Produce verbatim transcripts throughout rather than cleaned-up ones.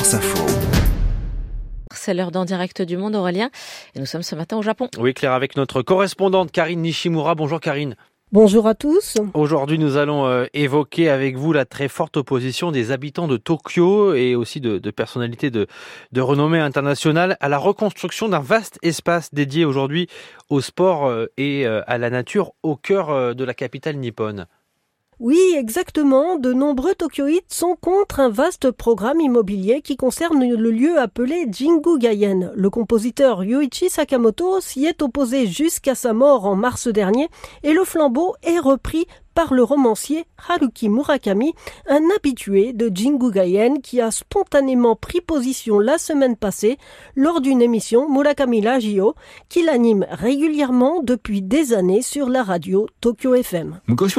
France Info. C'est l'heure d'en direct du monde, Aurélien. Et nous sommes ce matin au Japon. Oui, Claire, avec notre correspondante Karine Nishimura. Bonjour Karine. Bonjour à tous. Aujourd'hui, nous allons euh, évoquer avec vous la très forte opposition des habitants de Tokyo et aussi de, de personnalités de, de renommée internationale à la reconstruction d'un vaste espace dédié aujourd'hui au sport euh, et euh, à la nature au cœur euh, de la capitale nippone. Oui, exactement. De nombreux Tokyoïtes sont contre un vaste programme immobilier qui concerne le lieu appelé Jingu-gaien. Le compositeur Yuichi Sakamoto s'y est opposé jusqu'à sa mort en mars dernier et le flambeau est repris par le romancier Haruki Murakami, un habitué de Jingu-gaien qui a spontanément pris position la semaine passée lors d'une émission Murakami Radio qu'il anime régulièrement depuis des années sur la radio Tokyo F M.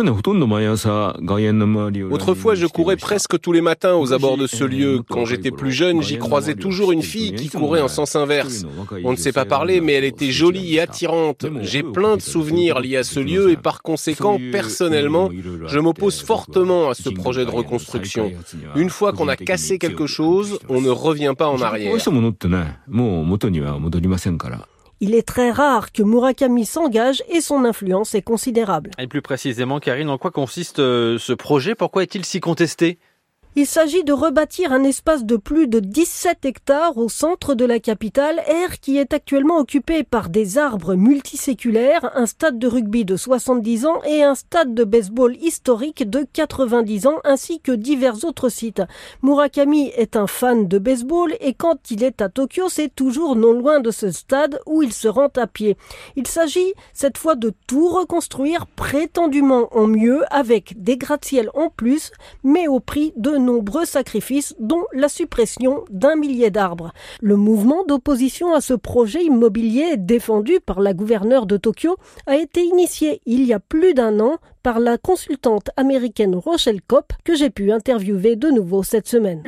Autrefois, je courais presque tous les matins aux abords de ce lieu. Quand j'étais plus jeune, j'y croisais toujours une fille qui courait en sens inverse. On ne s'est pas parlé, mais elle était jolie et attirante. J'ai plein de souvenirs liés à ce lieu et par conséquent, personnellement, je m'oppose fortement à ce projet de reconstruction. Une fois qu'on a cassé quelque chose, on ne revient pas en arrière. Il est très rare que Murakami s'engage et son influence est considérable. Et plus précisément, Karine, en quoi consiste euh, ce projet ? Pourquoi est-il si contesté ? Il s'agit de rebâtir un espace de plus de dix-sept hectares au centre de la capitale, aire qui est actuellement occupée par des arbres multiséculaires, un stade de rugby de soixante-dix ans et un stade de baseball historique de quatre-vingt-dix ans, ainsi que divers autres sites. Murakami est un fan de baseball et quand il est à Tokyo, c'est toujours non loin de ce stade où il se rend à pied. Il s'agit cette fois de tout reconstruire prétendument en mieux avec des gratte-ciel en plus, mais au prix de nombreux sacrifices, dont la suppression d'un millier d'arbres. Le mouvement d'opposition à ce projet immobilier défendu par la gouverneure de Tokyo a été initié il y a plus d'un an par la consultante américaine Rochelle Kopp, que j'ai pu interviewer de nouveau cette semaine.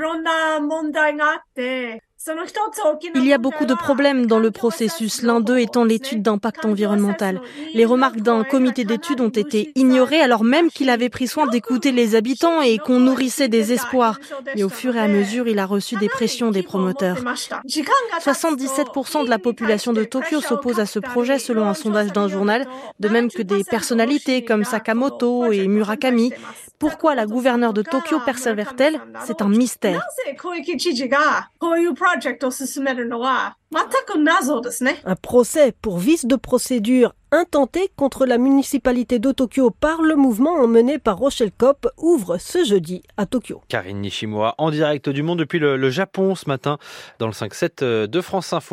Il y a beaucoup de problèmes dans le processus, l'un d'eux étant l'étude d'impact environnemental. Les remarques d'un comité d'études ont été ignorées alors même qu'il avait pris soin d'écouter les habitants et qu'on nourrissait des espoirs. Mais au fur et à mesure, il a reçu des pressions des promoteurs. soixante-dix-sept pour cent de la population de Tokyo s'oppose à ce projet selon un sondage d'un journal, de même que des personnalités comme Sakamoto et Murakami. Pourquoi la gouverneure de Tokyo persévère-t-elle ? C'est un mystère. Un procès pour vice de procédure intenté contre la municipalité de Tokyo par le mouvement emmené par Rochelle Kopp ouvre ce jeudi à Tokyo. Karine Nishimura en direct du monde depuis le, le Japon ce matin dans le cinq sept de France Info.